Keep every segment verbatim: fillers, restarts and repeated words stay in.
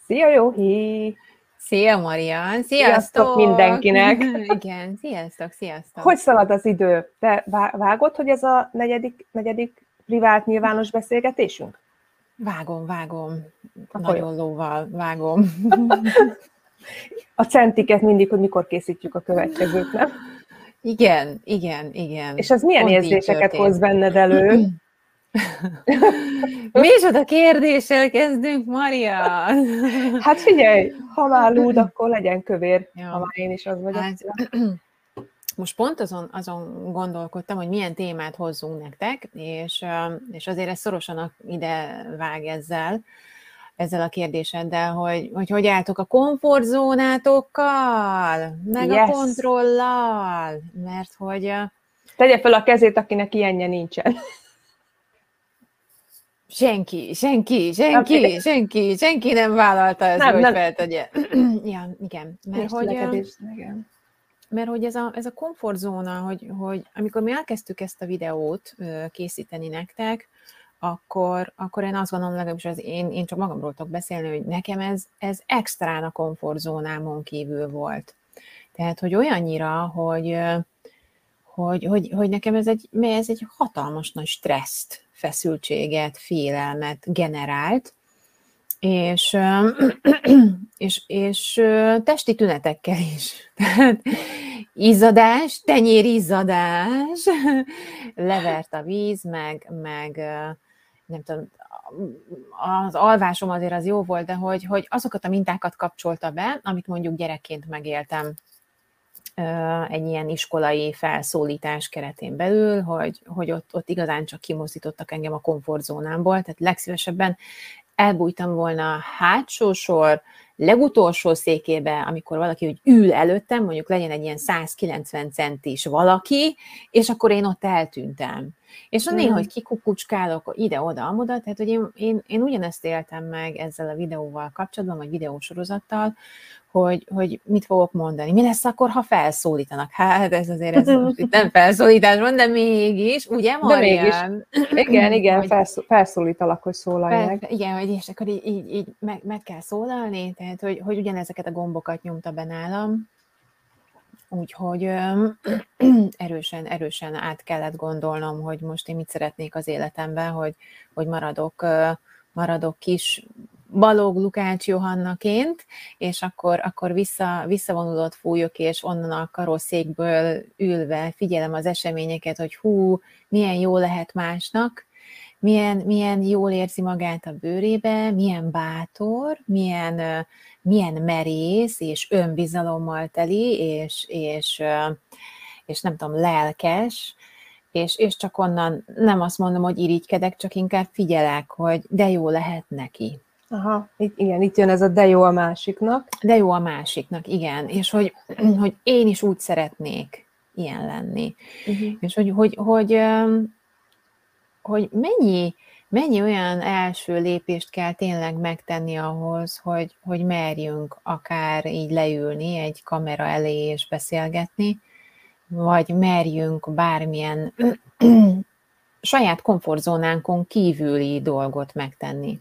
Szia, Jóhi! Szia, Marian! Sziasztok Sziasztok! mindenkinek! Igen, sziasztok, sziasztok! Hogy szalad az idő? Te vágod, hogy ez a negyedik, negyedik privát nyilvános beszélgetésünk? Vágom, vágom. Akkor Nagyon jó. lóval vágom. A centiket mindig, hogy mikor készítjük a következőt, nem? Igen, igen, igen. És az milyen Pont érzéseket hoz benned elő? Micsoda kérdéssel kezdünk, Marian? Hát figyelj, ha már lúd, akkor legyen kövér, Ja. ha már én is az vagyok. Hát, most pont azon, azon gondolkodtam, hogy milyen témát hozzunk nektek, és, és azért ez szorosan ide vág ezzel, ezzel a kérdéseddel, hogy, hogy hogy álltok a komfortzónátokkal, meg yes. a kontrollal, mert hogy... Tegye fel a kezét, akinek ilyenje nincsen. Senki, senki, senki, okay. senki, senki nem vállalta ezt, nem, hogy nem. feltegye. Ja, igen, mert hogy... igen. Mert hogy ez a, ez a komfortzóna, hogy, hogy amikor mi elkezdtük ezt a videót készíteni nektek, akkor, akkor én azt gondolom, legalábbis az én, én csak magamról tudok beszélni, hogy nekem ez, ez extrán a komfortzónámon kívül volt. Tehát, hogy olyannyira, hogy, hogy, hogy, hogy nekem ez egy, ez egy hatalmas nagy stresszt, feszültséget, félelmet generált, és, és, és testi tünetekkel is. Tehát izzadás, tenyérizzadás, levert a víz, meg, meg nem tudom, az alvásom azért az jó volt, de hogy, hogy azokat a mintákat kapcsolta be, amit mondjuk gyerekként megéltem egy ilyen iskolai felszólítás keretén belül, hogy, hogy ott, ott igazán csak kimozdítottak engem a komfortzónámból, tehát legszívesebben elbújtam volna a hátsó sor, legutolsó székébe, amikor valaki úgy ül előttem, mondjuk legyen egy ilyen száz kilencven centis valaki, és akkor én ott eltűntem. És mm. néha, hogy kikukucskálok ide-oda, amoda, tehát hogy én, én, én ugyanezt éltem meg ezzel a videóval kapcsolatban, vagy videósorozattal, hogy, hogy mit fogok mondani. Mi lesz akkor, ha felszólítanak? Hát ez azért ez nem felszólítás van, de mégis, ugye, Marian? De mégis. Igen, igen, hogy, felszól, felszólítalak, hogy szólalj fel, meg. Igen, hogy és akkor így, így, így meg, meg kell szólalni, tehát hogy, hogy ugyanezeket a gombokat nyomta be nálam. Úgyhogy erősen, erősen át kellett gondolnom, hogy most én mit szeretnék az életemben, hogy, hogy maradok, maradok kis Balogh Lukács Johannaként, és akkor, akkor vissza, visszavonulott fújok, és onnan a karosszékből ülve figyelem az eseményeket, hogy hú, milyen jó lehet másnak, milyen, milyen jól érzi magát a bőrébe, milyen bátor, milyen, milyen merész, és önbizalommal teli, és, és, és nem tudom, lelkes, és, és csak onnan nem azt mondom, hogy irigykedek, csak inkább figyelek, hogy de jó lehet neki. Aha, igen, itt jön ez a de jó a másiknak. De jó a másiknak, igen, és hogy, hogy én is úgy szeretnék ilyen lenni. Uh-huh. És hogy, hogy, hogy, hogy mennyi, mennyi olyan első lépést kell tényleg megtenni ahhoz, hogy, hogy merjünk akár így leülni egy kamera elé és beszélgetni, vagy merjünk bármilyen saját komfortzónánkon kívüli dolgot megtenni.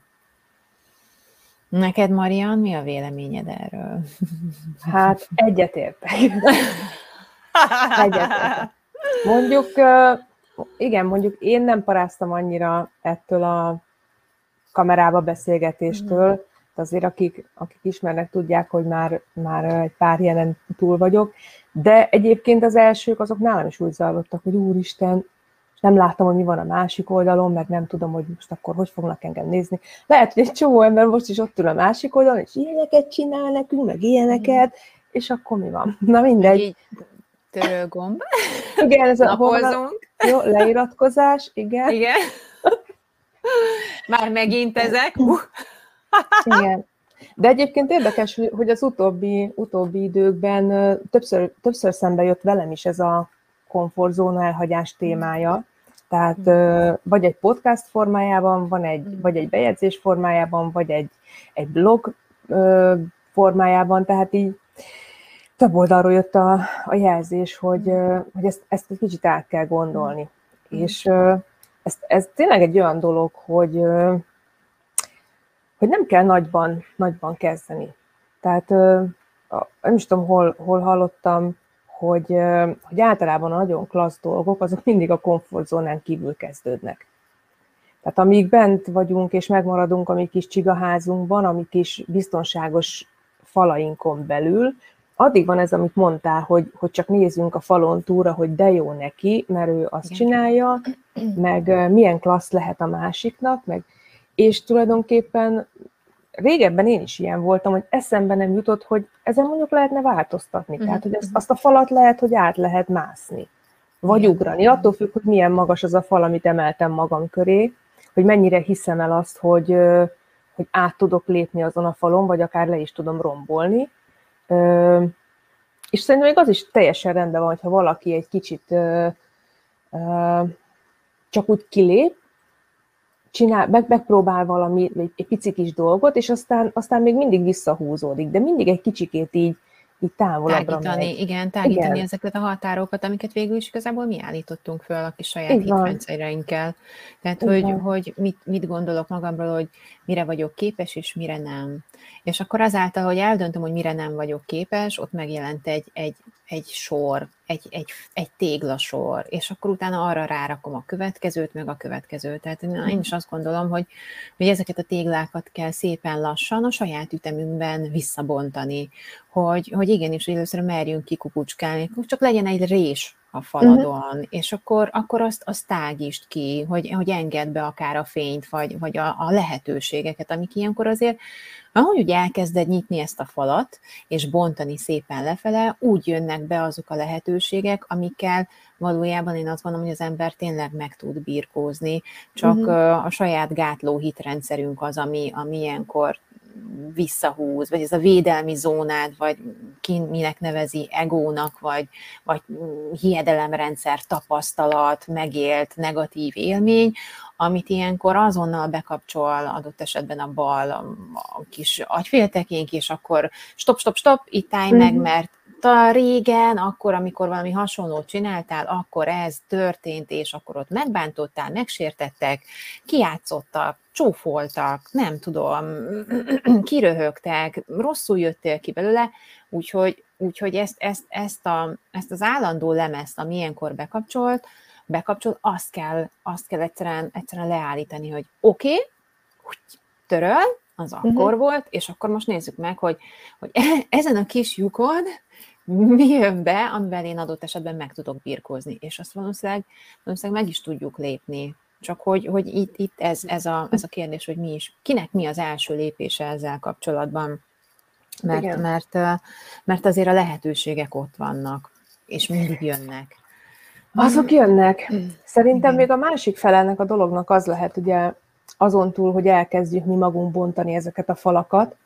Neked, Marian, mi a véleményed erről? Hát egyetértek. Egyetértek. Mondjuk, igen, mondjuk én nem paráztam annyira ettől a kamerába beszélgetéstől, mm. azért akik, akik ismernek, tudják, hogy már, már egy pár jelen túl vagyok, de egyébként az elsők azok nálam is úgy zajlottak, hogy úristen, nem láttam, hogy mi van a másik oldalon, meg nem tudom, hogy most akkor hogy fognak engem nézni. Lehet, hogy egy csomó ember most is ott ül a másik oldalon, és ilyeneket csinál nekünk, meg ilyeneket, mm. és akkor mi van? Na mindegy. Így törölgomb. Igen, ez a napozunk. Jó, leiratkozás, igen. Igen. Már megint ezek. Igen. De egyébként érdekes, hogy az utóbbi, utóbbi időkben többször, többször szembe jött velem is ez a komfortzóna elhagyás témája. Tehát vagy egy podcast formájában, van egy, vagy egy bejegyzés formájában, vagy egy, egy blog formájában, tehát így több oldalról jött a, a jelzés, hogy, hogy ezt, ezt egy kicsit át kell gondolni. Mm. És ez, ez tényleg egy olyan dolog, hogy hogy nem kell nagyban, nagyban kezdeni. Tehát nem is tudom, hol, hol hallottam, hogy, hogy általában a nagyon klassz dolgok, azok mindig a komfortzónán kívül kezdődnek. Tehát amíg bent vagyunk és megmaradunk a mi kis csigaházunkban, a mi kis biztonságos falainkon belül, addig van ez, amit mondtál, hogy, hogy csak nézzünk a falon túlra, hogy de jó neki, mert ő azt Igen. csinálja, meg milyen klassz lehet a másiknak, meg, és tulajdonképpen régebben én is ilyen voltam, hogy eszembe nem jutott, hogy ezen mondjuk lehetne változtatni. Tehát, hogy ezt, azt a falat lehet, hogy át lehet mászni. Vagy Igen. ugrani. Attól függ, hogy milyen magas az a fal, amit emeltem magam köré, hogy mennyire hiszem el azt, hogy, hogy át tudok lépni azon a falon, vagy akár le is tudom rombolni. És szerintem még az is teljesen rendben van, hogyha valaki egy kicsit csak úgy kilép, csinál, meg, megpróbál valami, egy pici kis dolgot, és aztán, aztán még mindig visszahúzódik, de mindig egy kicsikét így, így távolabbra tágítani, megy. Igen, tágítani igen. ezeket a határokat, amiket végül is igazából mi állítottunk föl a kis saját hitrendszereinkkel. Tehát, hogy, hogy mit, mit gondolok magamról, hogy mire vagyok képes, és mire nem. És akkor azáltal, hogy eldöntöm, hogy mire nem vagyok képes, ott megjelent egy, egy, egy sor, egy, egy, egy téglasor, és akkor utána arra rárakom a következőt, meg a következőt. Tehát én is azt gondolom, hogy, hogy ezeket a téglákat kell szépen lassan a saját ütemünkben visszabontani, hogy, hogy igenis, hogy először merjünk kikukucskálni, csak legyen egy rés a faladon, uh-huh. és akkor, akkor azt, azt tágítsd ki, hogy, hogy engedd be akár a fényt, vagy, vagy a, a lehetőségeket, amik ilyenkor azért, ahogy ugye elkezded nyitni ezt a falat, és bontani szépen lefele, úgy jönnek be azok a lehetőségek, amikkel valójában én azt gondolom, hogy az ember tényleg meg tud birkózni, csak uh-huh. a saját gátló hitrendszerünk az, ami, ami ilyenkor visszahúz, vagy ez a védelmi zónád, vagy ki minek nevezi, egónak, vagy, vagy hiedelemrendszer, tapasztalat, megélt negatív élmény, amit ilyenkor azonnal bekapcsol adott esetben a bal, a, a kis agyféltekénk, és akkor stop, stop, stop, itt állj meg, mert régen, akkor, amikor valami hasonlót csináltál, akkor ez történt, és akkor ott megbántottál, megsértettek, kijátszottak, csúfoltak, nem tudom, kiröhögtek, rosszul jöttél ki belőle, úgyhogy, úgyhogy ezt, ezt, ezt, a, ezt az állandó lemezt, ami ilyenkor bekapcsolt, bekapcsol, azt kell, azt kell egyszerűen, egyszerűen leállítani, hogy oké, okay, töröl, az akkor uh-huh. volt, és akkor most nézzük meg, hogy, hogy ezen a kis lyukon mi jön be, amivel én adott esetben meg tudok birkózni, és azt valószínűleg, valószínűleg meg is tudjuk lépni. Csak hogy, hogy itt, itt ez, ez, a, ez a kérdés, hogy mi is, kinek mi az első lépése ezzel kapcsolatban, mert, mert, mert azért a lehetőségek ott vannak, és mindig jönnek. Azok jönnek. Szerintem még a másik fele ennek a dolognak az lehet, ugye azon túl, hogy elkezdjük mi magunk bontani ezeket a falakat,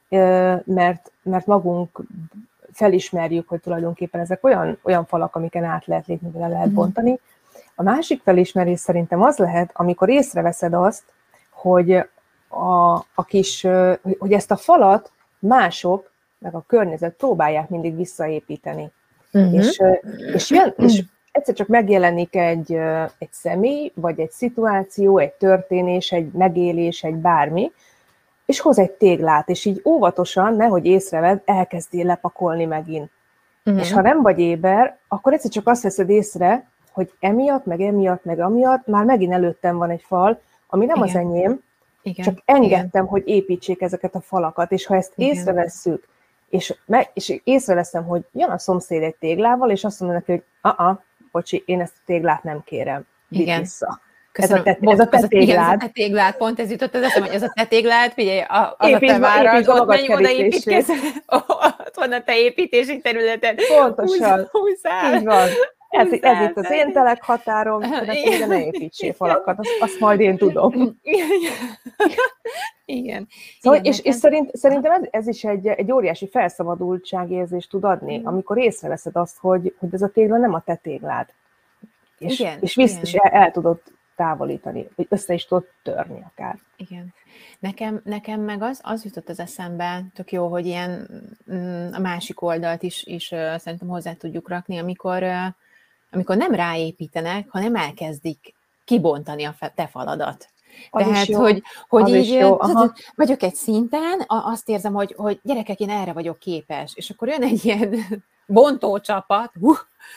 mert, mert magunk felismerjük, hogy tulajdonképpen ezek olyan, olyan falak, amiken át lehet lépni, le lehet bontani. A másik felismerés szerintem az lehet, amikor észreveszed azt, hogy, a, a kis, hogy ezt a falat mások, meg a környezet próbálják mindig visszaépíteni. Uh-huh. És, és, jön, és egyszer csak megjelenik egy, egy személy, vagy egy szituáció, egy történés, egy megélés, egy bármi, és hoz egy téglát, és így óvatosan, nehogy észrevedd, elkezdél lepakolni megint. Uh-huh. És ha nem vagy éber, akkor egyszer csak azt veszed észre, hogy emiatt, meg emiatt, meg amiatt már megint előttem van egy fal, ami nem Igen. az enyém, Igen. csak engedtem, Igen. hogy építsék ezeket a falakat, és ha ezt Igen. észrevesszük, és, me- és észreveszem, hogy jön a szomszéd egy téglával, és azt mondja neki, hogy a-a, bocsi, én ezt a téglát nem kérem, vidd vissza. Köszönöm. Ez a te, ez a te téglád. Ez a te téglád, pont ez jutott az eszem, hogy ez a te téglád, figyelj, a, az építs, a te várad, ott menj oda építkezel, ott van a te építési területed. Pontosan, húzzál. Így van. Ez, ez itt az én telekhatárom, de ne építsél falakat, azt, azt majd én tudom. Igen. Szóval, Igen és és szerint, szerintem ez, ez is egy, egy óriási felszabadultságérzést tud adni, amikor észreveszed azt, hogy, hogy ez a tégla nem a te téglád. És, Igen, és, visz, Igen. és el, el tudod távolítani, vagy össze is tudod törni akár. Igen. Nekem, nekem meg az, az jutott az eszembe, tök jó, hogy ilyen a másik oldalt is, is szerintem hozzá tudjuk rakni, amikor, amikor nem ráépítenek, hanem elkezdik kibontani a te faladat. Az is Tehát, jó. hogy, hogy Az így is jó. Aha. vagyok egy szinten, azt érzem, hogy, hogy gyerekek, én erre vagyok képes. És akkor jön egy ilyen bontócsapat, hú,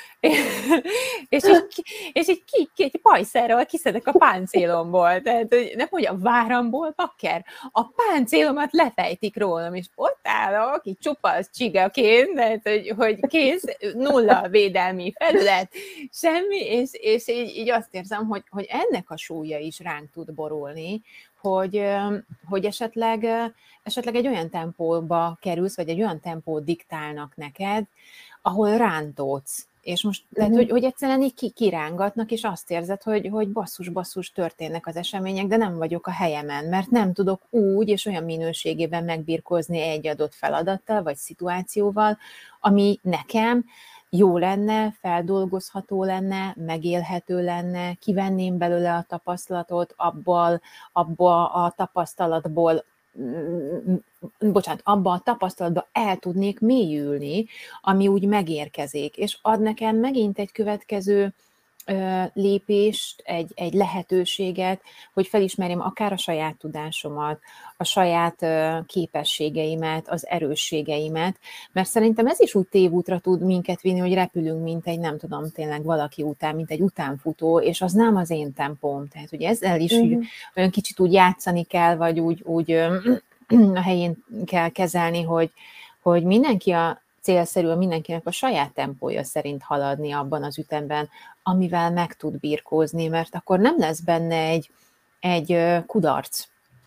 és így, és így ki, ki, egy pajszerrel kiszedek a páncélomból. Tehát, hogy nem hogy a váramból, bakker, a páncélomat lefejtik rólam, és ott állok, így csupasz csigaként, tehát, hogy, hogy kész, nulla védelmi felület, semmi, és, és így, így azt érzem, hogy, hogy ennek a súlya is ránk tud borulni, hogy, hogy esetleg, esetleg egy olyan tempóba kerülsz, vagy egy olyan tempót diktálnak neked, ahol rántódsz. És most lehet, uh-huh. hogy, hogy egyszerűen így ki, kirángatnak, és azt érzed, hogy, hogy basszus-basszus történnek az események, de nem vagyok a helyemen, mert nem tudok úgy és olyan minőségében megbirkózni egy adott feladattal, vagy szituációval, ami nekem jó lenne, feldolgozható lenne, megélhető lenne, kivenném belőle a tapasztalatot, abból, abba a tapasztalatból bocsánat, abban a tapasztalatban el tudnék mélyülni, ami úgy megérkezik, és ad nekem megint egy következő ö, lépést, egy, egy lehetőséget, hogy felismerjem akár a saját tudásomat, a saját ö, képességeimet, az erősségeimet, mert szerintem ez is úgy tévútra tud minket vinni, hogy repülünk, mint egy, nem tudom, tényleg valaki után, mint egy utánfutó, és az nem az én tempóm. Tehát, hogy ezzel is uh-huh. olyan kicsit úgy játszani kell, vagy úgy, úgy a helyén kell kezelni, hogy, hogy mindenki a célszerű, mindenkinek a saját tempója szerint haladni abban az ütemben, amivel meg tud birkózni, mert akkor nem lesz benne egy, egy kudarc.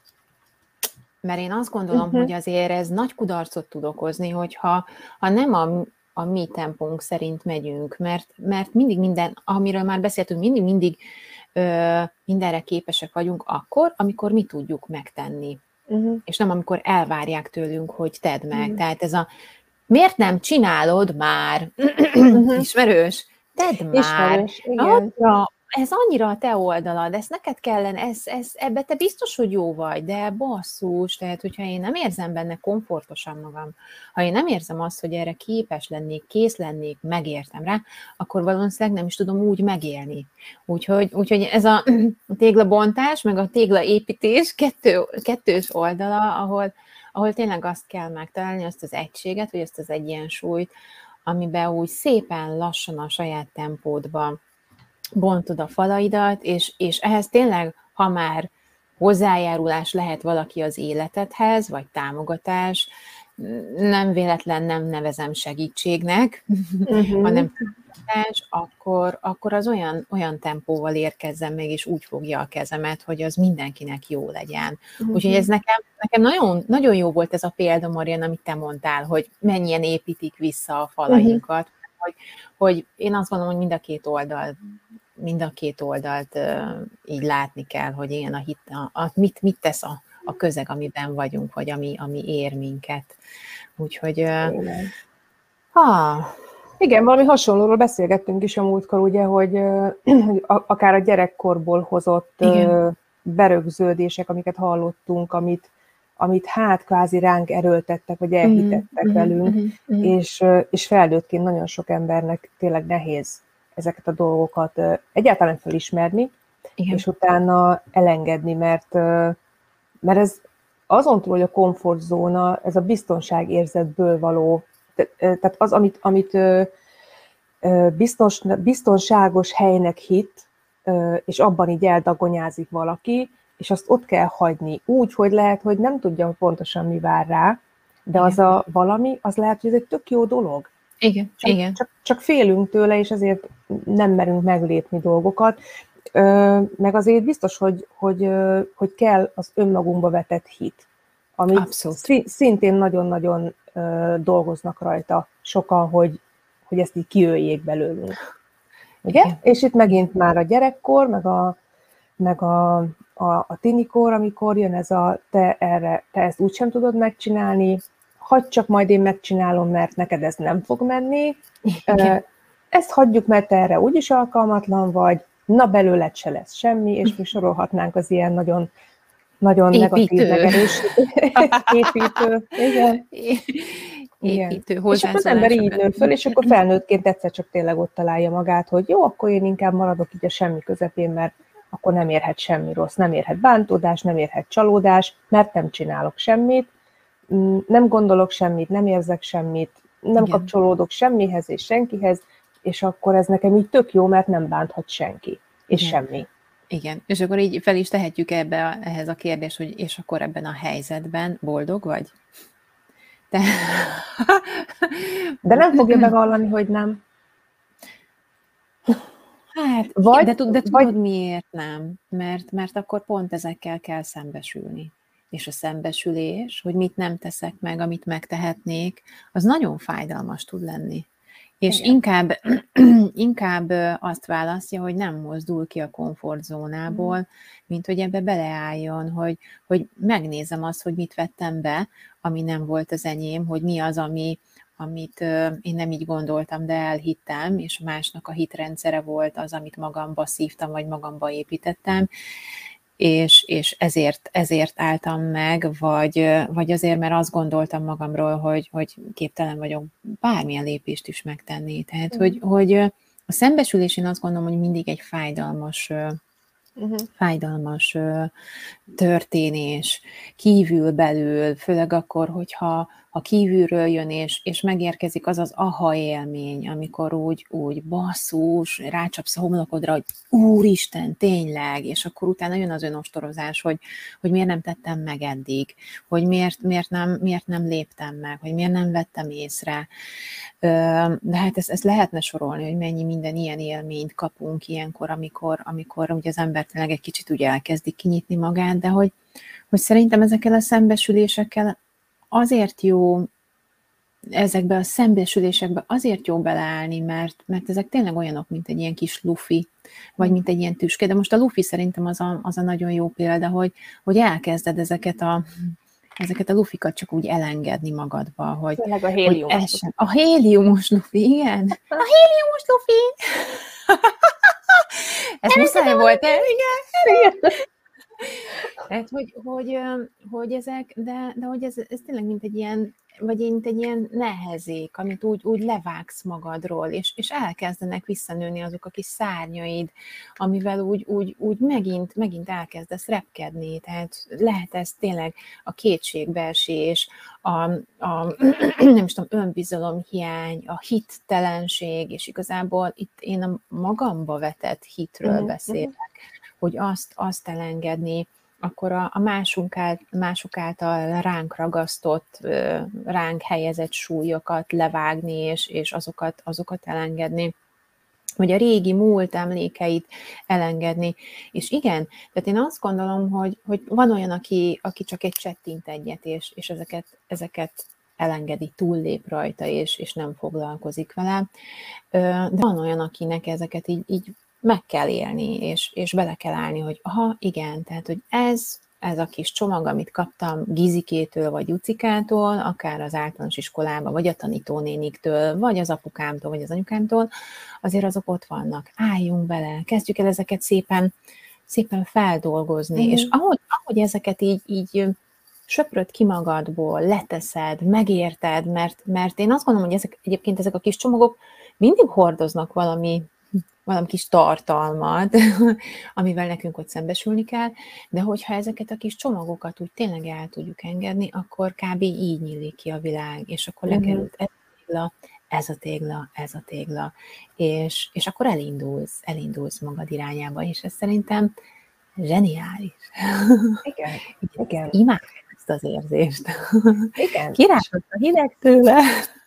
Mert én azt gondolom, uh-huh. hogy azért ez nagy kudarcot tud okozni, hogyha ha nem a, a mi tempónk szerint megyünk, mert, mert mindig minden, amiről már beszéltünk, mindig-mindig ö, mindenre képesek vagyunk akkor, amikor mi tudjuk megtenni. Uh-huh. És nem amikor elvárják tőlünk, hogy tedd meg. Uh-huh. Tehát ez a miért nem csinálod már? Uh-huh. Ismerős? Tedd már. Ismerős, igen. Annyira, ez annyira a te oldalad, ezt neked kellene, ez, ez, ebbe te biztos, hogy jó vagy, de basszus, tehát hogyha én nem érzem benne komfortosan magam, ha én nem érzem azt, hogy erre képes lennék, kész lennék, megértem rá, akkor valószínűleg nem is tudom úgy megélni. Úgyhogy, úgyhogy ez a téglabontás, meg a téglaépítés kettő, kettős oldala, ahol, ahol tényleg azt kell megtalálni, azt az egységet, vagy azt az egyensúlyt, amiben úgy szépen lassan a saját tempódba bontod a falaidat, és, és ehhez tényleg, ha már hozzájárulás lehet valaki az életedhez, vagy támogatás, nem véletlen nem nevezem segítségnek, uh-huh. hanem támogatás, akkor, akkor az olyan, olyan tempóval érkezzen meg, és úgy fogja a kezemet, hogy az mindenkinek jó legyen. Uh-huh. Úgyhogy ez nekem, nekem nagyon, nagyon jó volt ez a példa, Marian, amit te mondtál, hogy mennyien építik vissza a falainkat, uh-huh. hogy, hogy én azt gondolom, hogy mind a két oldal mind a két oldalt uh, így látni kell, hogy ilyen a hit, a, a, mit, mit tesz a, a közeg, amiben vagyunk, vagy ami, ami ér minket. Úgyhogy... Uh, ha. Igen, valami hasonlóról beszélgettünk is a múltkor, ugye, hogy, hogy akár a gyerekkorból hozott uh, berögződések, amiket hallottunk, amit, amit hát kvázi ránk erőltettek, vagy elhitettek mm-hmm, velünk, mm-hmm. és, és felnőttként nagyon sok embernek tényleg nehéz ezeket a dolgokat egyáltalán felismerni, igen. és utána elengedni, mert, mert ez azon túl, hogy a komfortzóna, ez a biztonságérzetből való, tehát az, amit, amit biztons, biztonságos helynek hitt, és abban így eldagonyázik valaki, és azt ott kell hagyni úgy, hogy lehet, hogy nem tudja pontosan mi vár rá, de igen. az a valami, az lehet, hogy ez egy tök jó dolog. Igen, csak, igen. Csak, csak félünk tőle, és ezért nem merünk meglépni dolgokat. Ö, meg azért biztos, hogy, hogy, hogy kell az önmagunkba vetett hit, amit Abszolút. szintén nagyon-nagyon ö, dolgoznak rajta sokan, hogy, hogy ezt így kiöljék belőlünk. Ugye? És itt megint már a gyerekkor, meg a, meg a, a, a tinikor, amikor jön ez a te, erre, te ezt úgysem tudod megcsinálni, hagyd csak, majd én megcsinálom, mert neked ez nem fog menni. Igen. Ezt hagyjuk, mert te erre úgyis alkalmatlan vagy, na belőled se lesz semmi, és mi sorolhatnánk az ilyen nagyon, nagyon negatív, megerősítő. Építő. Igen. Építő, és akkor az ember így nő föl, és akkor felnőttként egyszer csak tényleg ott találja magát, hogy jó, akkor én inkább maradok így a semmi közepén, mert akkor nem érhet semmi rossz, nem érhet bántódás, nem érhet csalódás, mert nem csinálok semmit, nem gondolok semmit, nem érzek semmit, nem Igen. kapcsolódok semmihez és senkihez, és akkor ez nekem így tök jó, mert nem bánthat senki, és Igen. semmi. Igen, és akkor így fel is tehetjük ebbe a, ehhez a kérdést, hogy és akkor ebben a helyzetben boldog vagy? Te... De nem fogja bevallani, hogy nem. Hát, Vagy, de, de tudod vagy... miért nem? Mert, mert akkor pont ezekkel kell szembesülni. És a szembesülés, hogy mit nem teszek meg, amit megtehetnék, az nagyon fájdalmas tud lenni. És inkább, inkább azt választja, hogy nem mozdul ki a komfortzónából, mm. mint hogy ebbe beleálljon, hogy, hogy megnézem azt, hogy mit vettem be, ami nem volt az enyém, hogy mi az, ami, amit én nem így gondoltam, de elhittem, és másnak a hitrendszere volt az, amit magamba szívtam, vagy magamba építettem, és, és ezért, ezért álltam meg, vagy, vagy azért, mert azt gondoltam magamról, hogy, hogy képtelen vagyok bármilyen lépést is megtenni. Tehát, mm. hogy, hogy a szembesülés, én azt gondolom, hogy mindig egy fájdalmas, uh-huh. fájdalmas történés, kívül-belül, főleg akkor, hogyha ha kívülről jön, és, és megérkezik az az aha élmény, amikor úgy, úgy basszus, rácsapsz a homlokodra, hogy úristen, tényleg, és akkor utána jön az önostorozás, hogy, hogy miért nem tettem meg eddig, hogy miért, miért, nem, miért nem léptem meg, hogy miért nem vettem észre. De hát ezt, ezt lehetne sorolni, hogy mennyi minden ilyen élményt kapunk ilyenkor, amikor, amikor ugye az ember tényleg egy kicsit ugye elkezdi kinyitni magát, de hogy, hogy szerintem ezekkel a szembesülésekkel azért jó, ezekbe a szembesülésekbe azért jó beleállni, mert, mert ezek tényleg olyanok, mint egy ilyen kis lufi, vagy mint egy ilyen tüske. De most a lufi szerintem az a, az a nagyon jó példa, hogy, hogy elkezded ezeket a, ezeket a lufikat csak úgy elengedni magadba, hogy, tényleg a héliumos hogy essen. A héliumos lufi, igen. A héliumos lufi! Ez muszáj volt, el? Igen. igen. Tehát, hogy, hogy, hogy ezek, de, de hogy ez, ez tényleg mint egy ilyen, vagy mint egy ilyen nehezék, amit úgy, úgy levágsz magadról, és, és elkezdenek visszanőni azok a kis szárnyaid, amivel úgy, úgy, úgy megint, megint elkezdesz repkedni. Tehát lehet ez tényleg a kétségbeesés, a, a nem is tudom, önbizalomhiány, a hittelenség, és igazából itt én a magamba vetett hitről uh-huh. beszélek, hogy azt, azt elengedni, akkor a, a másunk áll, mások által ránk ragasztott, ránk helyezett súlyokat levágni, és, és azokat, azokat elengedni, hogy a régi múlt emlékeit elengedni. És igen, tehát én azt gondolom, hogy, hogy van olyan, aki, aki csak egy csettint egyet, és, és ezeket, ezeket elengedi, túllép rajta, és, és nem foglalkozik vele. De van olyan, akinek ezeket így, így meg kell élni, és, és bele kell állni, hogy aha, igen, tehát, hogy ez, ez a kis csomag, amit kaptam Gizikétől, vagy Jucikától, akár az általános iskolában, vagy a tanítónéniktől, vagy az apukámtól, vagy az anyukámtól, azért azok ott vannak. Álljunk bele, kezdjük el ezeket szépen, szépen feldolgozni, mm-hmm. és ahogy, ahogy ezeket így, így söpröd ki magadból, leteszed, megérted, mert, mert én azt gondolom, hogy ezek, egyébként ezek a kis csomagok mindig hordoznak valami, valami kis tartalmat, amivel nekünk ott szembesülni kell, de hogyha ezeket a kis csomagokat úgy tényleg el tudjuk engedni, akkor kb. Így nyílik ki a világ, és akkor uh-huh. lekerült ez a tégla, ez a tégla, ez a tégla, és, és akkor elindulsz, elindulsz magad irányába, és ez szerintem zseniális. Igen, igen. Imádom ezt az érzést. Igen. Kirázott a hideg tőle.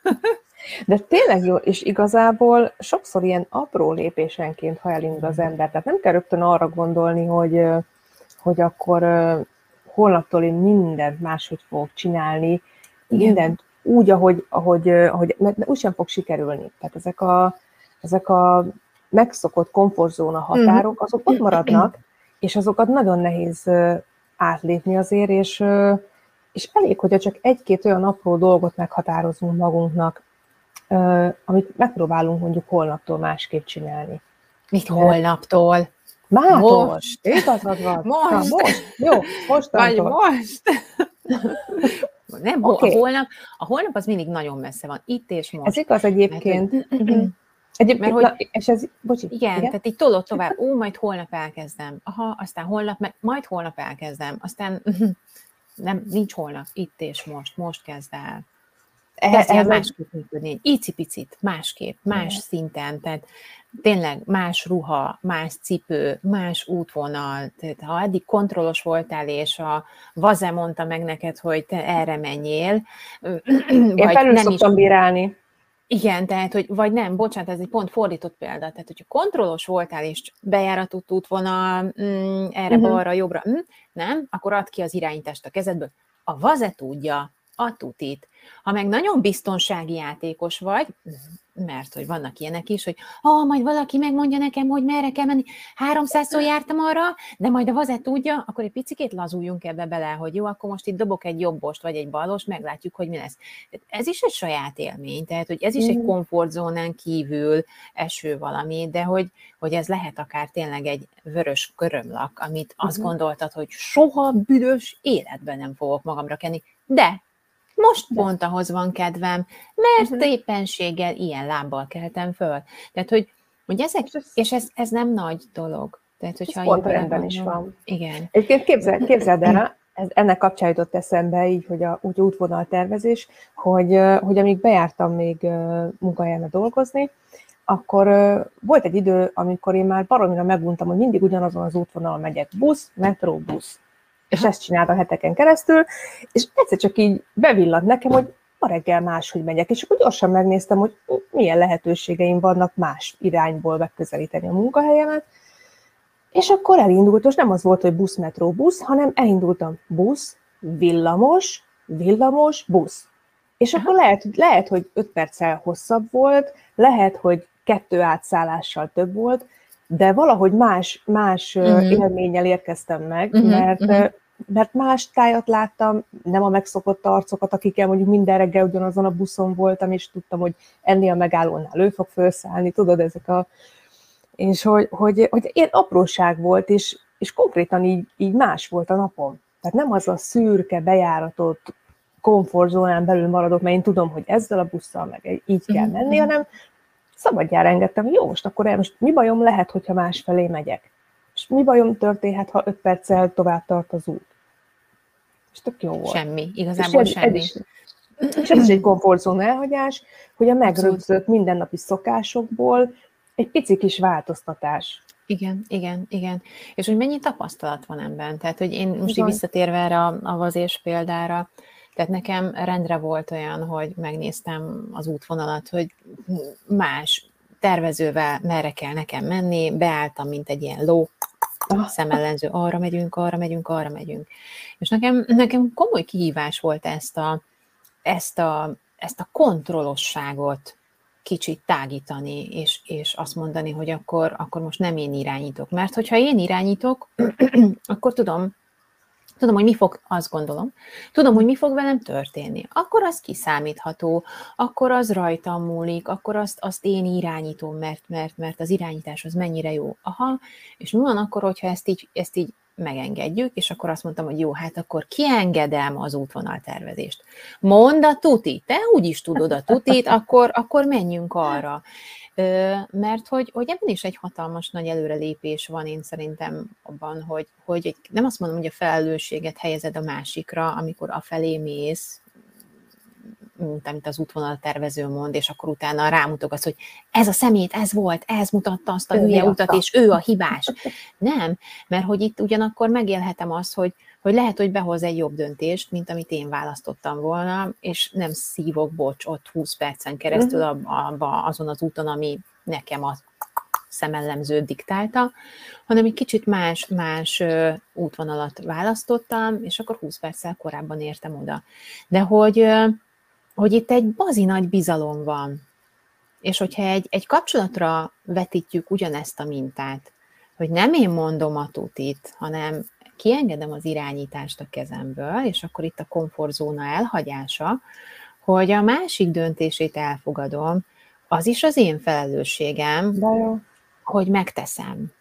De tényleg jó, és igazából sokszor ilyen apró lépésenként, ha elindul az ember, tehát nem kell rögtön arra gondolni, hogy, hogy akkor holnaptól én mindent máshogy fogok csinálni, igen. mindent úgy, ahogy, ahogy, ahogy mert úgysem fog sikerülni. Tehát ezek a, ezek a megszokott komfortzóna határok, azok ott maradnak, és azokat nagyon nehéz átlépni azért, és, és elég, hogyha csak egy-két olyan apró dolgot meghatározunk magunknak, Uh, amit megpróbálunk mondjuk holnaptól másképp csinálni. Mit holnaptól? Mától. Most. Igazad van. Most. Na, most. Jó, mostantól. Vagy most. Nem, okay. a, holnap, a holnap az mindig nagyon messze van. Itt és most. Ez igaz egyébként. Uh-huh. Egyébként, Mert hogy, na, és ez, bocsi, igen, igen? tehát így tolod tovább, ó, majd holnap elkezdem, aha, aztán holnap, meg, majd holnap elkezdem, aztán nem, nincs holnap, itt és most, most kezd el. Kezdj el Ez egy, másképp működni, icipicit, másképp, más szinten, tehát tényleg más ruha, más cipő, más útvonal, tehát ha eddig kontrollos voltál, és a vaze mondta meg neked, hogy te erre menjél, én vagy felül nem is... szoktam bírálni. Igen, tehát, hogy vagy nem, bocsánat, ez egy pont fordított példa, tehát, hogyha kontrollos voltál, és bejáratott útvonal, mm, erre, Uh-huh. balra, jobbra, mm, nem, akkor add ki az irányítást a kezedből. A vaze tudja, a tutit. Ha meg nagyon biztonsági játékos vagy, mert hogy vannak ilyenek is, hogy ha majd valaki megmondja nekem, hogy merre kell menni, háromszázszor jártam arra, de majd a vaze tudja, akkor egy picikét lazuljunk ebbe bele, hogy jó, akkor most itt dobok egy jobbost, vagy egy balost, meglátjuk, hogy mi lesz. Ez is egy saját élmény, tehát hogy ez is egy komfortzónán kívül eső valami, de hogy, hogy ez lehet akár tényleg egy vörös körömlak, amit azt gondoltad, hogy soha büdös életben nem fogok magamra kenni, de most pont ahhoz van kedvem, mert uh-huh. éppenséggel ilyen lábbal keltem föl. Tehát, hogy, hogy ezek, és ez, és ez, ez nem nagy dolog. Tehát, hogyha pont rendben is van. Igen. Egyébként képzeld, képzeld el, ez, ennek kapcsán jutott eszembe így, hogy a úgy útvonaltervezés, hogy, hogy amíg bejártam még munkahelyen dolgozni, akkor volt egy idő, amikor én már baromira meguntam, hogy mindig ugyanazon az útvonalon megyek. Busz, metró, busz. És ezt csináltam heteken keresztül, és egyszer csak így bevillant nekem, hogy ma reggel máshogy megyek, és akkor gyorsan megnéztem, hogy milyen lehetőségeim vannak más irányból megközelíteni a munkahelyemet, és akkor elindult, most nem az volt, hogy busz, metró, busz, hanem elindultam busz, villamos, villamos, busz. És akkor lehet, lehet, hogy öt perccel hosszabb volt, lehet, hogy kettő átszállással több volt, de valahogy más, más uh-huh. élménnyel érkeztem meg, uh-huh. mert, uh-huh. mert más tájat láttam, nem a megszokott arcokat, akikkel mondjuk minden reggel ugyanazon a buszon voltam, és tudtam, hogy ennél a megállónál ő fog felszállni, tudod, ezek a... És hogy, hogy, hogy ilyen apróság volt, és, és konkrétan így, így más volt a napom. Tehát nem az a szürke, bejáratott komfortzónán belül maradok, mert én tudom, hogy ezzel a busszal meg így kell menni, hanem szabadjára engedtem, hogy jó, most akkor el, most mi bajom lehet, hogyha másfelé megyek? És mi bajom történhet, ha öt perccel tovább tart az út? És tök jó volt. Semmi, igazából és semmi. Ez is, és ez is egy komfortzóna elhagyás, hogy a megrögzött mindennapi szokásokból egy pici kis változtatás. Igen, igen, igen. És hogy mennyi tapasztalat van ebben? Tehát, hogy én most így visszatérve erre a, a vazés példára, tehát nekem rendre volt olyan, hogy megnéztem az útvonalat, hogy más tervezővel merre kell nekem menni, beálltam, mint egy ilyen ló, szemellenző, arra megyünk, arra megyünk, arra megyünk. És nekem, nekem komoly kihívás volt ezt a, ezt a, ezt a kontrollosságot kicsit tágítani, és, és azt mondani, hogy akkor, akkor most nem én irányítok. Mert hogyha én irányítok, akkor tudom, Tudom, hogy mi fog, azt gondolom, tudom, hogy mi fog velem történni. Akkor az kiszámítható, akkor az rajtam múlik, akkor azt, azt én irányítom, mert, mert, mert az irányítás az mennyire jó. Aha, és mi van akkor, hogyha ezt így, ezt így megengedjük, és akkor azt mondtam, hogy jó, hát akkor kiengedem az útvonaltervezést. Mondd a tutit, te úgyis tudod a tutit, akkor, akkor menjünk arra. Mert hogy, hogy ebben is egy hatalmas nagy előrelépés van, én szerintem abban, hogy, hogy nem azt mondom, hogy a felelősséget helyezed a másikra, amikor afelé mész, mint amit az útvonaltervező mond, és akkor utána rámutogatsz, hogy ez a szemét, ez volt, ez mutatta azt a ő hülye utat, és ő a hibás. Nem, mert hogy itt ugyanakkor megélhetem azt, hogy, hogy lehet, hogy behoz egy jobb döntést, mint amit én választottam volna, és nem szívok, bocs, ott húsz percen keresztül abba, azon az úton, ami nekem a szemellemzőt diktálta, hanem egy kicsit más, más útvonalat választottam, és akkor húsz perccel korábban értem oda. De hogy hogy itt egy bazi nagy bizalom van. És hogyha egy, egy kapcsolatra vetítjük ugyanezt a mintát, hogy nem én mondom a tutit, hanem kiengedem az irányítást a kezemből, és akkor itt a komfortzóna elhagyása, hogy a másik döntését elfogadom, az is az én felelősségem, hogy megteszem.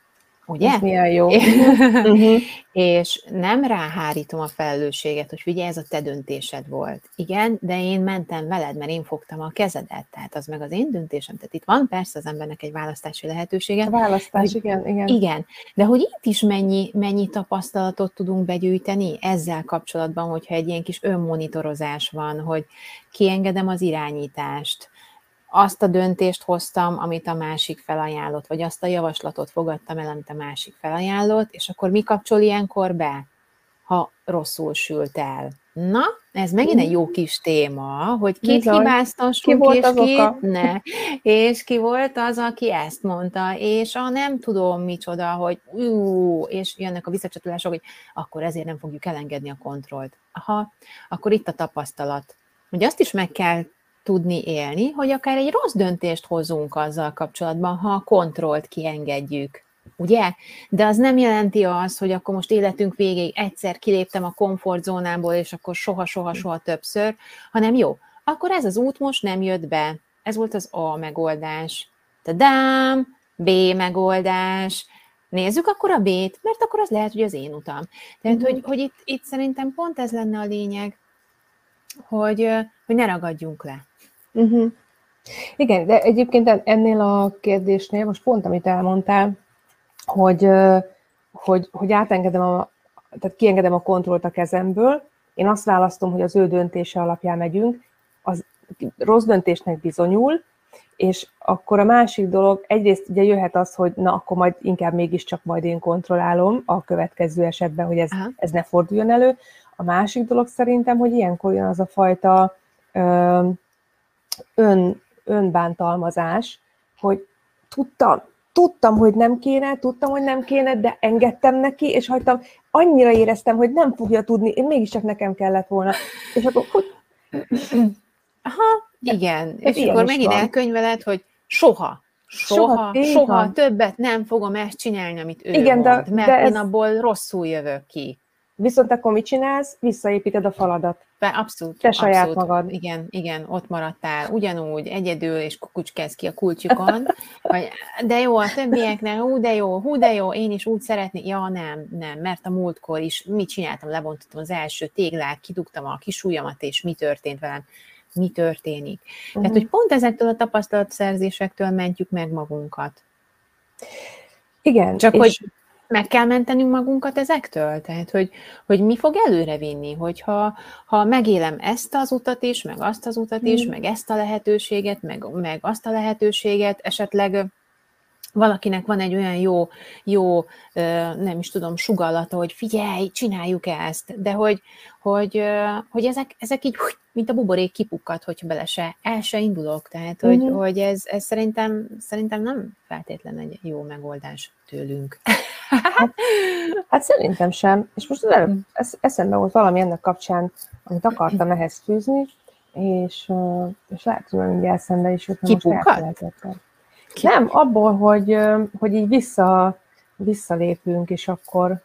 ugye? Ez milyen jó. uh-huh. És nem ráhárítom a felelősséget, hogy ugye ez a te döntésed volt. Igen, de én mentem veled, mert én fogtam a kezedet, tehát az meg az én döntésem. Tehát itt van persze az embernek egy választási lehetősége. A választás, hogy, igen, igen. Igen, de hogy itt is mennyi, mennyi tapasztalatot tudunk begyűjteni ezzel kapcsolatban, hogyha egy ilyen kis önmonitorozás van, hogy kiengedem az irányítást, azt a döntést hoztam, amit a másik felajánlott, vagy azt a javaslatot fogadtam el, amit a másik felajánlott, és akkor mi kapcsol ilyenkor be, ha rosszul sült el? Na, ez megint egy jó kis téma, hogy kit hibáztassunk, ki és kit ne. És ki volt az, aki ezt mondta, és a nem tudom micsoda, hogy ú, és jönnek a visszacsatolások, hogy akkor ezért nem fogjuk elengedni a kontrollt. Aha, akkor itt a tapasztalat. Hogy azt is meg kell tudni élni, hogy akár egy rossz döntést hozunk azzal kapcsolatban, ha a kontrollt kiengedjük. Ugye? De az nem jelenti azt, hogy akkor most életünk végéig egyszer kiléptem a komfortzónából, és akkor soha-soha-soha többször, hanem jó, akkor ez az út most nem jött be. Ez volt az A megoldás. Tadám, B megoldás. Nézzük akkor a B-t, mert akkor az lehet, hogy az én utam. Tehát, uh-huh. hogy, hogy itt, itt szerintem pont ez lenne a lényeg, hogy, hogy ne ragadjunk le. Uh-huh. Igen, de egyébként ennél a kérdésnél, most pont amit elmondtál, hogy, hogy, hogy átengedem a, tehát kiengedem a kontrollt a kezemből, én azt választom, hogy az ő döntése alapján megyünk, az rossz döntésnek bizonyul, és akkor a másik dolog, egyrészt ugye jöhet az, hogy na, akkor majd inkább mégiscsak majd én kontrollálom a következő esetben, hogy ez, ez ne forduljon elő. A másik dolog szerintem, hogy ilyenkor jön az a fajta ö, ön, önbántalmazás, hogy tudtam, tudtam, hogy nem kéne, tudtam, hogy nem kéne, de engedtem neki, és hagytam, annyira éreztem, hogy nem fogja tudni, én mégiscsak nekem kellett volna. És akkor, hogy... Aha, igen. De, és akkor megint van. Elkönyveled, hogy soha, soha, soha, soha többet nem fogom ezt csinálni, amit ő igen, mond, de, mert de én ez... abból rosszul jövök ki. Viszont akkor mit csinálsz? Visszaépíted a faladat. Be, abszolút. Te saját abszolút, magad. Igen, igen, ott maradtál. Ugyanúgy, egyedül, és kukucskálsz ki a kulcsukon. Vagy, de jó, a többieknek, hú, de jó, hú, de jó, én is úgy szeretnék. Ja, nem, nem, mert a múltkor is mit csináltam? Lebontottam az első téglát, kidugtam a kis ujjamat, és mi történt velem? Mi történik? Uh-huh. Tehát, hogy pont ezektől a tapasztalatszerzésektől mentjük meg magunkat. Igen. Csak, és... hogy meg kell mentenünk magunkat ezektől? Tehát, hogy, hogy mi fog előre vinni? Hogyha ha megélem ezt az utat is, meg azt az utat is, hmm. meg ezt a lehetőséget, meg, meg azt a lehetőséget, esetleg valakinek van egy olyan jó, jó, nem is tudom, sugallata, hogy figyelj, csináljuk ezt, de hogy, hogy, hogy ezek, ezek így, mint a buborék kipukkad, hogyha bele se, el se indulok. Tehát, hogy, uh-huh. hogy ez, ez szerintem, szerintem nem feltétlenül egy jó megoldás tőlünk. Hát, hát szerintem sem. És most előbb eszembe volt valami ennek kapcsán, amit akartam ehhez fűzni, és, és lehet, hogy mindjárt eszembe is jött, most elfelejtettem. Nem, abból, hogy, hogy így vissza, visszalépünk, és akkor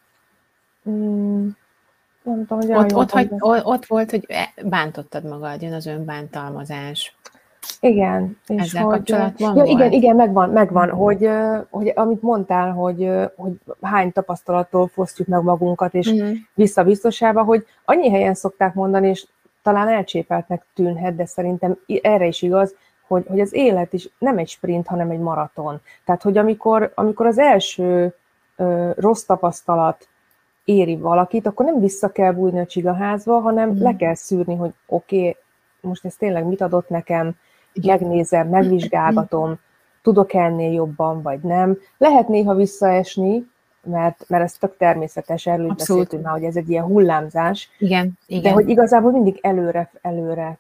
mm, nem tudom, hogy ott, ott, hagy, ott volt, hogy bántottad magad, jön az önbántalmazás. Igen. És ezzel hogy, kapcsolatban ja, volt? igen, igen, megvan, megvan, mm. hogy, hogy amit mondtál, hogy, hogy hány tapasztalattól fosztjuk meg magunkat, és mm. vissza-biztosába, hogy annyi helyen szokták mondani, és talán elcsépeltnek tűnhet, de szerintem erre is igaz, Hogy, hogy az élet is nem egy sprint, hanem egy maraton. Tehát, hogy amikor, amikor az első ö, rossz tapasztalat éri valakit, akkor nem vissza kell bújni a csigaházba, hanem mm. le kell szűrni, hogy oké, okay, most ez tényleg mit adott nekem, megnézem, megvizsgálgatom, tudok ennél jobban, vagy nem. Lehet néha visszaesni, mert, mert ez tök természetes, erről is beszéltünk már, hogy ez egy ilyen hullámzás. Igen, igen. De hogy igazából mindig előre, előre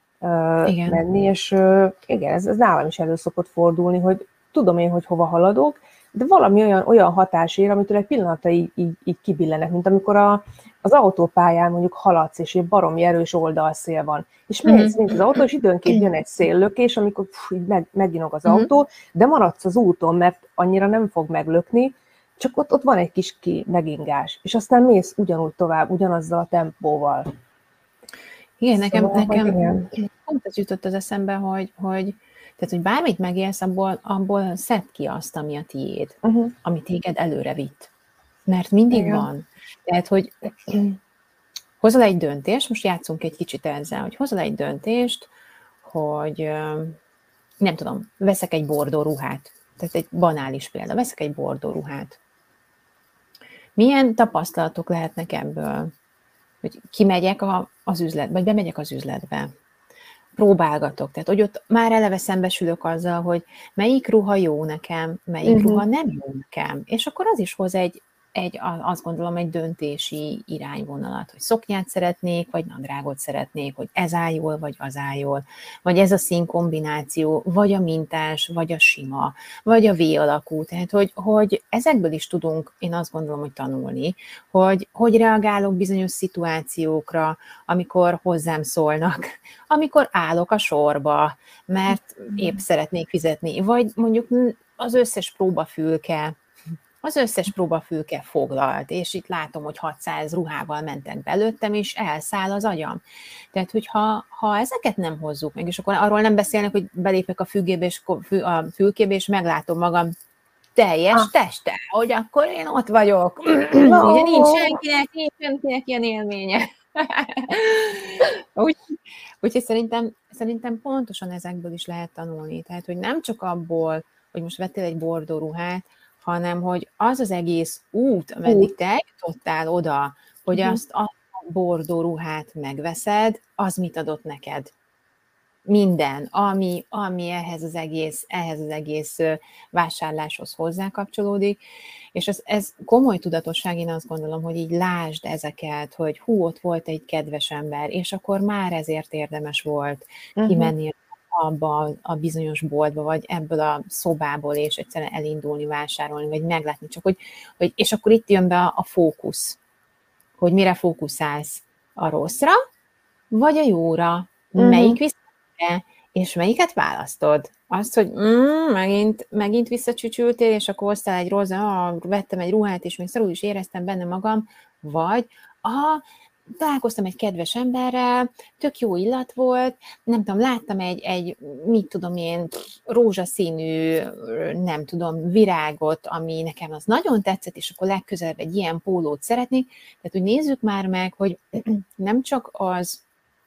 Uh, menni, és uh, igen, ez, ez nálam is elő szokott fordulni, hogy tudom én, hogy hova haladok, de valami olyan, olyan hatás ér, amitől egy pillanatra így, így, így kibillenek, mint amikor a, az autópályán mondjuk haladsz, és egy baromi erős oldalszél van, és mész, mm-hmm. mint az autó, és időnként jön egy széllökés, amikor pff, így meg, meginog az mm-hmm. autó, de maradsz az úton, mert annyira nem fog meglökni, csak ott, ott van egy kis ki, megingás, és aztán mész ugyanúgy tovább, ugyanazzal a tempóval. Igen, nekem, szóval, nekem pont ez jutott az eszembe, hogy, hogy Tehát, hogy bármit megélsz, abból, abból szedd ki azt, ami a tiéd, uh-huh. ami téged előre vitt. Mert mindig igen. van. Tehát, hogy hozol egy döntést, most játszunk egy kicsit ezzel, hogy hozol egy döntést, hogy nem tudom, veszek egy bordó ruhát. Tehát egy banális példa, veszek egy bordó ruhát. Milyen tapasztalatok lehetnek ebből? Hogy kimegyek a, az üzletbe, vagy bemegyek az üzletbe. Próbálgatok. Tehát, hogy ott már eleve szembesülök azzal, hogy melyik ruha jó nekem, melyik uh-huh. ruha nem jó nekem. És akkor az is hoz egy, egy, azt gondolom, egy döntési irányvonalat, hogy szoknyát szeretnék, vagy nadrágot szeretnék, hogy ez áll jól, vagy az áll jól, vagy ez a színkombináció, vagy a mintás, vagy a sima, vagy a V-alakú. Tehát, hogy, hogy ezekből is tudunk, én azt gondolom, hogy tanulni, hogy hogy reagálok bizonyos szituációkra, amikor hozzám szólnak, amikor állok a sorba, mert épp szeretnék fizetni, vagy mondjuk az összes próbafülke, Az összes próbafülke foglalt, és itt látom, hogy hatszáz ruhával mentek belőttem, és elszáll az agyam. Tehát, hogyha ha ezeket nem hozzuk meg, és akkor arról nem beszélnek, hogy belépek a függébe és a fülkébe, és meglátom magam teljes ah. testtel, hogy akkor én ott vagyok. No. Ugye nincs senkinek, nincs senkinek ilyen élménye. Úgy, úgyhogy szerintem, szerintem pontosan ezekből is lehet tanulni. Tehát, hogy nem csak abból, hogy most vettél egy bordó ruhát, hanem hogy az az egész út, ameddig te eljutottál oda, hogy uh-huh. azt a bordó ruhát megveszed, az mit adott neked? Minden, ami, ami ehhez az egész, ehhez az egész vásárláshoz hozzákapcsolódik, és ez, ez komoly tudatosság, én azt gondolom, hogy így lásd ezeket, hogy hú, ott volt egy kedves ember, és akkor már ezért érdemes volt uh-huh. kimenni abba a bizonyos boltba, vagy ebből a szobából, és egyszerűen elindulni, vásárolni, vagy meglátni, csak hogy, hogy és akkor itt jön be a, a fókusz, hogy mire fókuszálsz, a rosszra, vagy a jóra, uh-huh. melyik visszacsücsülre, és melyiket választod? Azt, hogy mm, megint, megint visszacsücsültél, és akkor hoztál egy rossz, ah, vettem egy ruhát, és még szarul is éreztem benne magam, vagy ah, találkoztam egy kedves emberrel, tök jó illat volt, nem tudom, láttam egy, egy mit tudom én, rózsaszínű, nem tudom, virágot, ami nekem az nagyon tetszett, és akkor legközelebb egy ilyen pólót szeretnék. Tehát, hogy nézzük már meg, hogy nem csak az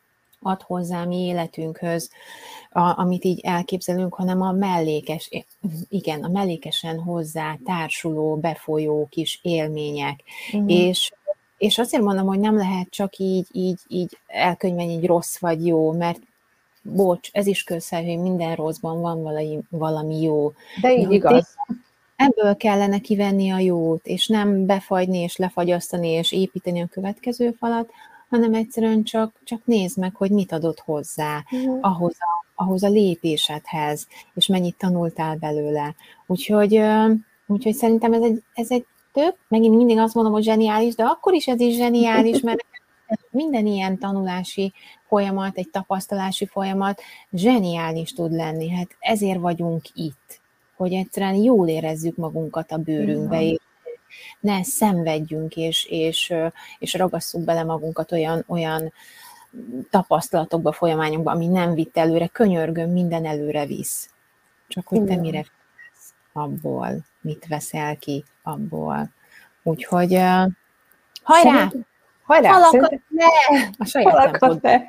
ad hozzá mi életünkhöz, a, amit így elképzelünk, hanem a mellékes, igen, a mellékesen hozzá társuló, befolyó kis élmények. Mm. És És azért mondom, hogy nem lehet csak így, így, így elkönyvelni, így rossz vagy jó, mert bocs, ez is közhely, hogy minden rosszban van valami, valami jó. De így de, igaz. Ebből kellene kivenni a jót, és nem befagyni, és lefagyasztani, és építeni a következő falat, hanem egyszerűen csak, csak nézd meg, hogy mit adott hozzá uh-huh. ahhoz, a, ahhoz a lépésedhez, és mennyit tanultál belőle. Úgyhogy, úgyhogy szerintem ez egy, ez egy tök, megint mindig azt mondom, hogy zseniális, de akkor is ez is zseniális, mert minden ilyen tanulási folyamat, egy tapasztalási folyamat zseniális tud lenni. Hát ezért vagyunk itt, hogy egyszerűen jól érezzük magunkat a bőrünkbe, és ne szenvedjünk, és, és, és ragasszuk bele magunkat olyan, olyan tapasztalatokba, folyamányokba, ami nem vitt előre. Könyörgöm, minden előre visz. Csak hogy te mire félsz abból, mit veszel ki abból. Úgyhogy uh, hajrá! Szerint, hajrá! Falakat ne! A saját tempódban.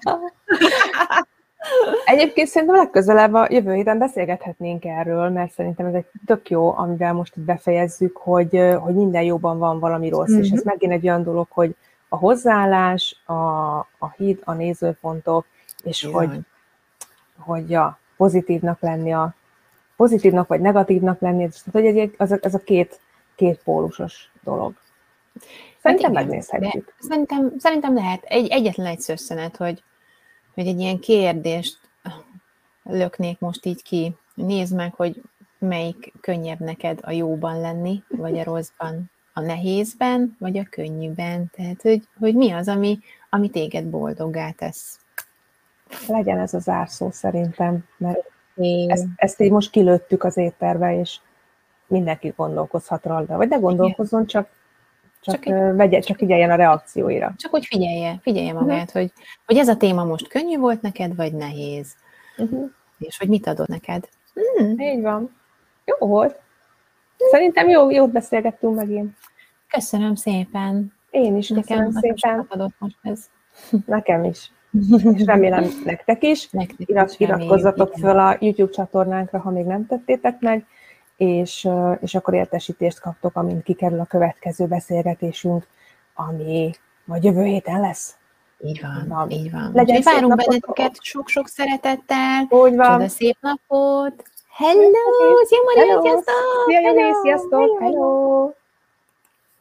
Egyébként szerintem legközelebb a jövő héten beszélgethetnénk erről, mert szerintem ez egy tök jó, amivel most befejezzük, hogy, hogy minden jóban van valami rossz, mm-hmm. és ez megint egy olyan dolog, hogy a hozzáállás, a, a híd, a nézőpontok, és Jaj. hogy, hogy ja, pozitívnak lenni, a, pozitívnak vagy negatívnak lenni, hogy egy, az, az a két, két pólusos dolog. Szerintem hát igen, megnézhetjük. Szerintem, szerintem lehet. Egy, egyetlen egy szösszenet, hogy hogy egy ilyen kérdést löknék most így ki. Nézd meg, hogy melyik könnyebb neked a jóban lenni, vagy a rosszban, a nehézben, vagy a könnyűben. Tehát, hogy, hogy mi az, ami, ami téged boldoggá tesz. Legyen ez a zárszó szerintem, mert ezt, ezt így most kilőttük az étterbe, és mindenki gondolkozhat rajta. Vagy ne gondolkozzon, csak Csak, csak, egy, vegye, csak figyeljen a reakcióira. Csak hogy figyelje, figyelje magát, uh-huh. hogy, hogy ez a téma most könnyű volt neked, vagy nehéz. Uh-huh. És hogy mit adott neked. Hmm. Így van. Jó volt. Szerintem jó, jót beszélgettünk megint. Köszönöm szépen. Én is Nekem, köszönöm nekem szépen. sokat adott most ez. Nekem is. És remélem nektek is. Nektek Irat, is iratkozzatok reméljük, föl a YouTube csatornánkra, ha még nem tettétek meg, és, és akkor értesítést kaptok, amint kikerül a következő beszélgetésünk, ami majd jövő héten lesz. Így van, van. így van. Legyen Úgyhogy várunk napotok. benneteket sok-sok szeretettel. Úgy van. Csoda szép napot. Hello! Szia, Maria, Hello! sziasztok! Szia, Jani, Hello! sziasztok! Hello! Hello!